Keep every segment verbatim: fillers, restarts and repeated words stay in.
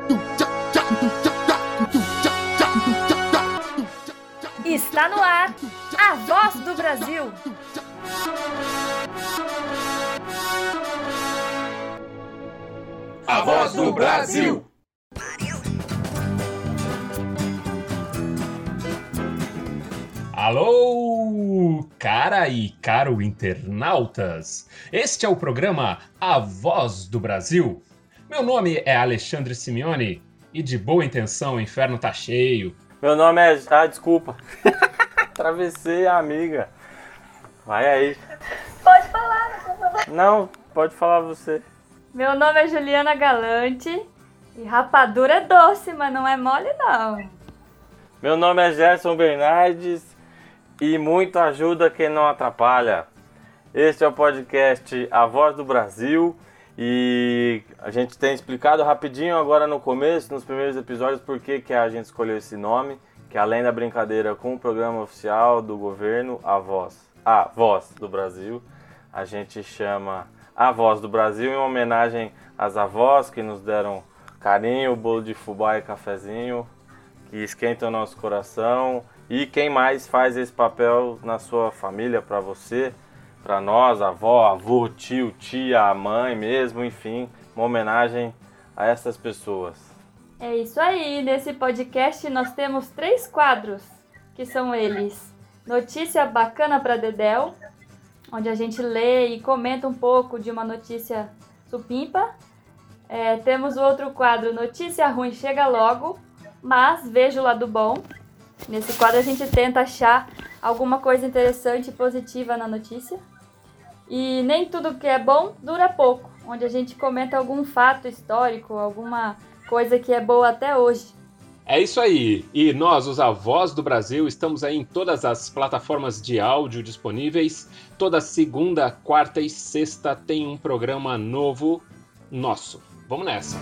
Está no ar, a Voz do Brasil. A Voz do Brasil. Alô, cara e caro internautas! Este é o programa A Voz do Brasil. Meu nome é Alexandre Simeone e de boa intenção o inferno tá cheio. Meu nome é... Ah, desculpa. Travessei a amiga. Vai aí. Pode falar, não pode falar. Não, pode falar você. Meu nome é Juliana Galante e rapadura é doce, mas não é mole não. Meu nome é Gerson Bernardes e muito ajuda quem não atrapalha. Este é o podcast A Voz do Brasil e a gente tem explicado rapidinho agora no começo, nos primeiros episódios, por que que a gente escolheu esse nome, que além da brincadeira com o programa oficial do governo, A Voz, A Voz do Brasil, a gente chama A Voz do Brasil em homenagem às avós que nos deram carinho, bolo de fubá e cafezinho, que esquentam o nosso coração. E quem mais faz esse papel na sua família, para você, para nós, avó, avô, tio, tia, mãe mesmo, enfim, uma homenagem a essas pessoas. É isso aí, nesse podcast nós temos três quadros, que são eles: Notícia Bacana para Dedéu, onde a gente lê e comenta um pouco de uma notícia supimpa. É, temos o outro quadro, Notícia Ruim Chega Logo, mas veja o lado bom. Nesse quadro a gente tenta achar alguma coisa interessante e positiva na notícia. E nem tudo que é bom dura pouco, onde a gente comenta algum fato histórico, alguma coisa que é boa até hoje. É isso aí, e nós, os A Voz do Brasil, estamos aí em todas as plataformas de áudio disponíveis. Toda segunda, quarta e sexta tem um programa novo nosso. Vamos nessa!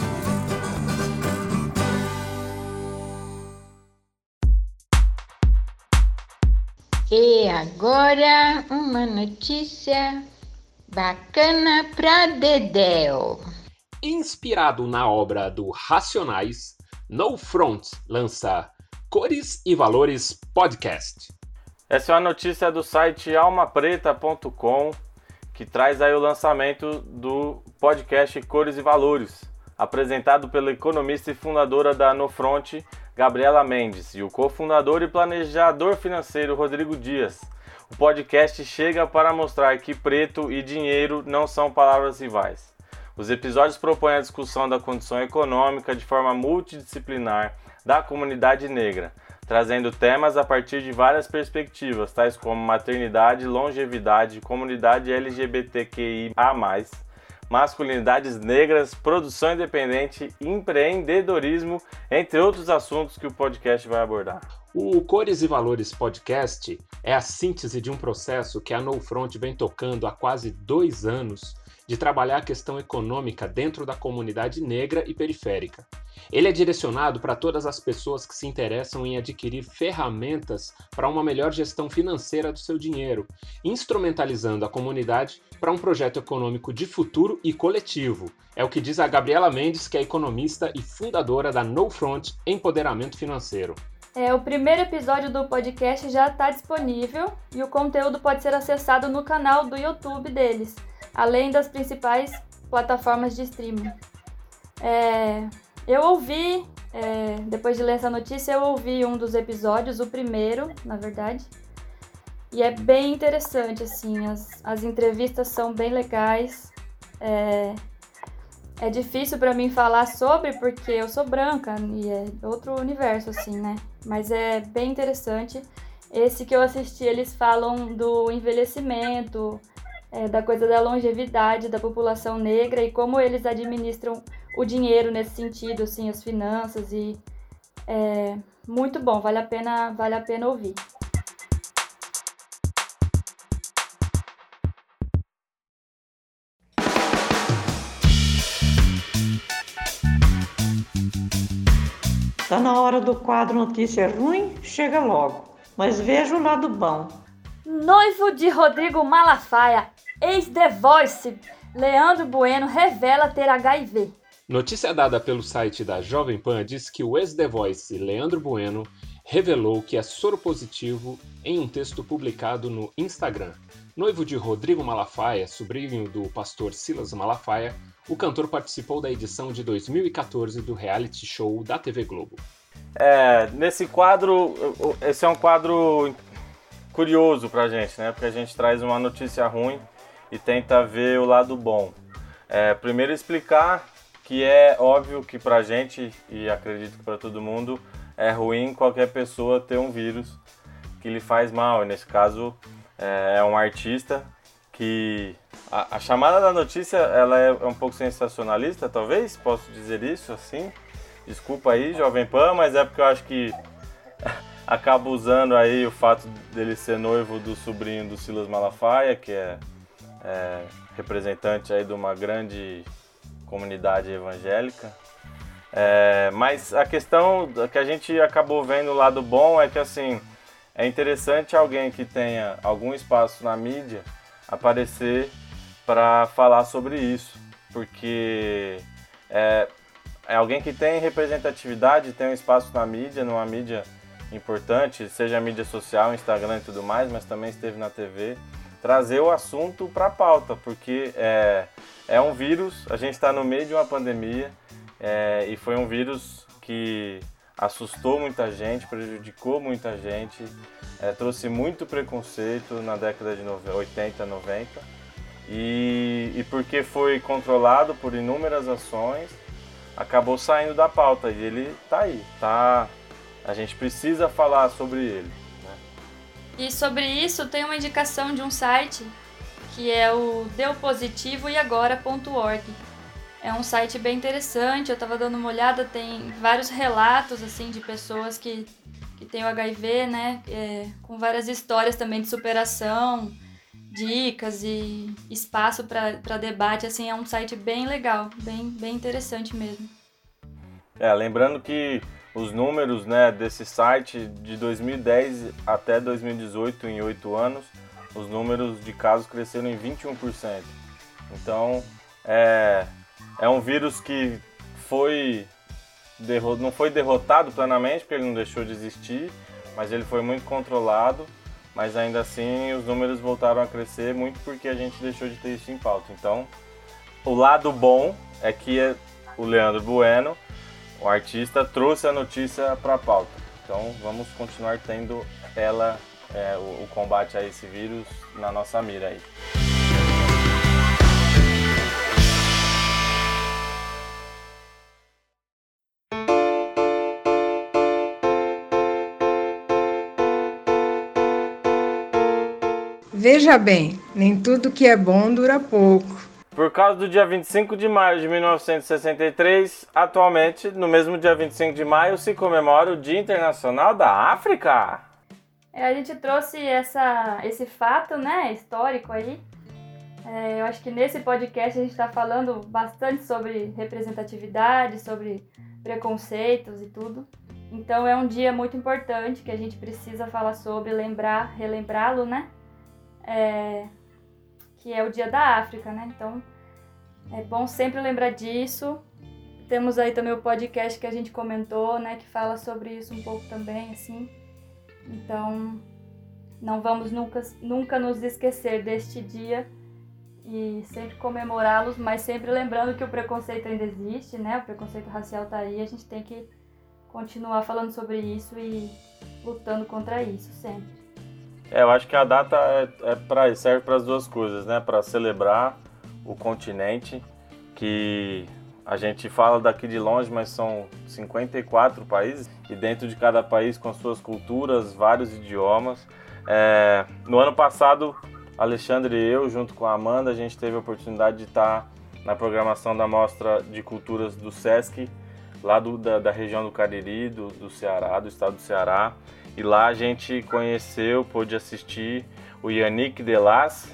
E agora, uma notícia bacana pra Dedéu. Inspirado na obra do Racionais, No Front lança Cores e Valores Podcast. Essa é uma notícia do site alma preta ponto com, que traz aí o lançamento do podcast Cores e Valores, apresentado pela economista e fundadora da No Front, Gabriela Mendes, e o cofundador e planejador financeiro Rodrigo Dias. O podcast chega para mostrar que preto e dinheiro não são palavras rivais. Os episódios propõem a discussão da condição econômica de forma multidisciplinar da comunidade negra, trazendo temas a partir de várias perspectivas, tais como maternidade, longevidade, comunidade L G B T Q I A mais, masculinidades negras, produção independente, empreendedorismo, entre outros assuntos que o podcast vai abordar. O Cores e Valores Podcast é a síntese de um processo que a No Front vem tocando há quase dois anos de trabalhar a questão econômica dentro da comunidade negra e periférica. Ele é direcionado para todas as pessoas que se interessam em adquirir ferramentas para uma melhor gestão financeira do seu dinheiro, instrumentalizando a comunidade para um projeto econômico de futuro e coletivo. É o que diz a Gabriela Mendes, que é economista e fundadora da No Front Empoderamento Financeiro. É, o primeiro episódio do podcast já está disponível e o conteúdo pode ser acessado no canal do YouTube deles, além das principais plataformas de streaming. É, eu ouvi, é, depois de ler essa notícia, eu ouvi um dos episódios, o primeiro, na verdade, e é bem interessante, assim, as, as entrevistas são bem legais. É, é difícil para mim falar sobre, porque eu sou branca e é outro universo, assim, né? Mas é bem interessante. Esse que eu assisti, eles falam do envelhecimento, É, da coisa da longevidade da população negra e como eles administram o dinheiro nesse sentido, assim, as finanças, e é muito bom, vale a pena, vale a pena ouvir. Tá na hora do quadro Notícia Ruim, chega logo, mas veja o lado bom. Noivo de Rodrigo Malafaia, ex-The Voice, Leandro Bueno revela ter H I V. Notícia dada pelo site da Jovem Pan diz que o ex-The Voice, Leandro Bueno, revelou que é soropositivo em um texto publicado no Instagram. Noivo de Rodrigo Malafaia, sobrinho do pastor Silas Malafaia, o cantor participou da edição de dois mil e quatorze do reality show da T V Globo. É, nesse quadro, esse é um quadro curioso pra gente, né? Porque a gente traz uma notícia ruim e tenta ver o lado bom. É, primeiro explicar que é óbvio que pra gente, e acredito que pra todo mundo, é ruim qualquer pessoa ter um vírus que lhe faz mal. E nesse caso é um artista que... A, a chamada da notícia ela é um pouco sensacionalista, talvez, posso dizer isso assim. Desculpa aí, Jovem Pan, mas é porque eu acho que acabo usando aí o fato dele ser noivo do sobrinho do Silas Malafaia, que é, é representante aí de uma grande comunidade evangélica. É, mas a questão que a gente acabou vendo o lado bom é que assim, é interessante alguém que tenha algum espaço na mídia aparecer para falar sobre isso, porque é, é alguém que tem representatividade, tem um espaço na mídia, numa mídia importante, seja a mídia social, Instagram e tudo mais, mas também esteve na T V, trazer o assunto para a pauta, porque é, é um vírus, a gente está no meio de uma pandemia, é, e foi um vírus que assustou muita gente, prejudicou muita gente, é, trouxe muito preconceito na década de oitenta, noventa, e, e porque foi controlado por inúmeras ações, acabou saindo da pauta, e ele tá aí, tá, a gente precisa falar sobre ele. Né? E sobre isso tem uma indicação de um site que é o deu positivo e agora ponto org. É um site bem interessante, eu estava dando uma olhada, tem vários relatos assim de pessoas que, que têm o H I V, né? É, com várias histórias também de superação, dicas e espaço para debate. Assim, é um site bem legal, bem, bem interessante mesmo. É, lembrando que os números, né, desse site de dois mil e dez até dois mil e dezoito, em oito anos, os números de casos cresceram em vinte e um por cento. Então, é... É um vírus que foi derro- não foi derrotado plenamente, porque ele não deixou de existir, mas ele foi muito controlado, mas ainda assim os números voltaram a crescer muito porque a gente deixou de ter isso em pauta. Então, o lado bom é que o Leandro Bueno, o artista, trouxe a notícia para a pauta. Então, vamos continuar tendo ela, é, o, o combate a esse vírus na nossa mira aí. Veja bem, nem tudo que é bom dura pouco. Por causa do dia vinte e cinco de maio de mil novecentos e sessenta e três, atualmente, no mesmo dia vinte e cinco de maio, se comemora o Dia Internacional da África. É, a gente trouxe essa, esse fato, né, histórico aí. É, eu acho que nesse podcast a gente está falando bastante sobre representatividade, sobre preconceitos e tudo. Então é um dia muito importante que a gente precisa falar sobre, lembrar, relembrá-lo, né? É, que é o Dia da África, né? Então, é bom sempre lembrar disso. Temos aí também o podcast que a gente comentou, né? Que fala sobre isso um pouco também, assim. Então, não vamos nunca, nunca nos esquecer deste dia e sempre comemorá-los, mas sempre lembrando que o preconceito ainda existe, né? O preconceito racial tá aí, a gente tem que continuar falando sobre isso e lutando contra isso sempre. É, eu acho que a data é, é pra, serve para as duas coisas, né? Para celebrar o continente, que a gente fala daqui de longe, mas são cinquenta e quatro países, e dentro de cada país com suas culturas, vários idiomas. É, no ano passado, Alexandre e eu, junto com a Amanda, a gente teve a oportunidade de estar na programação da Mostra de Culturas do Sesc, lá do, da, da região do Cariri, do, do Ceará, do estado do Ceará. E lá a gente conheceu, pôde assistir o Yannick Delas,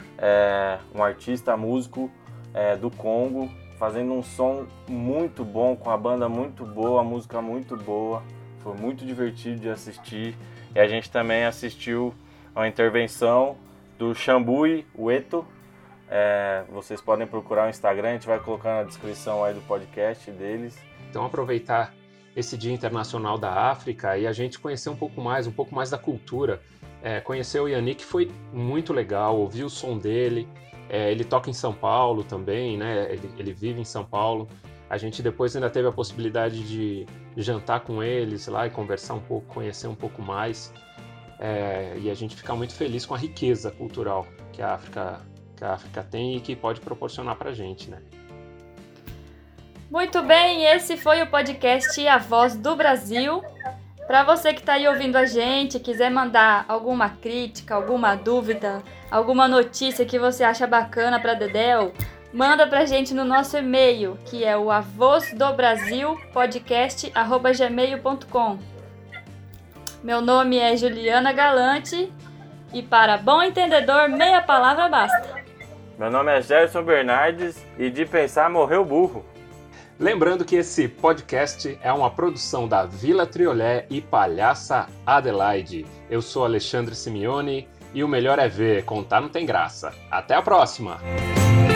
é, um artista, músico é, do Congo, fazendo um som muito bom, com a banda muito boa, a música muito boa. Foi muito divertido de assistir. E a gente também assistiu a intervenção do Shambui Weto, É, vocês podem procurar o Instagram, a gente vai colocar na descrição aí do podcast deles. Então aproveitar esse Dia Internacional da África e a gente conhecer um pouco mais, um pouco mais da cultura. É, conhecer o Yannick foi muito legal, ouvir o som dele. É, ele toca em São Paulo também, né? Ele, ele vive em São Paulo. A gente depois ainda teve a possibilidade de jantar com eles lá e conversar um pouco, conhecer um pouco mais. É, e a gente fica muito feliz com a riqueza cultural que a África, que a África tem e que pode proporcionar pra gente, né? Muito bem, esse foi o podcast A Voz do Brasil. Para você que está aí ouvindo a gente, quiser mandar alguma crítica, alguma dúvida, alguma notícia que você acha bacana para Dedéu, manda pra gente no nosso e-mail, que é o avozdobrasilpodcast arroba gmail ponto com. Meu nome é Juliana Galante e para bom entendedor, meia palavra basta. Meu nome é Gerson Bernardes e de pensar morreu burro. Lembrando que esse podcast é uma produção da Vila Triolé e Palhaça Adelaide. Eu sou Alexandre Simeone e o melhor é ver, contar não tem graça. Até a próxima!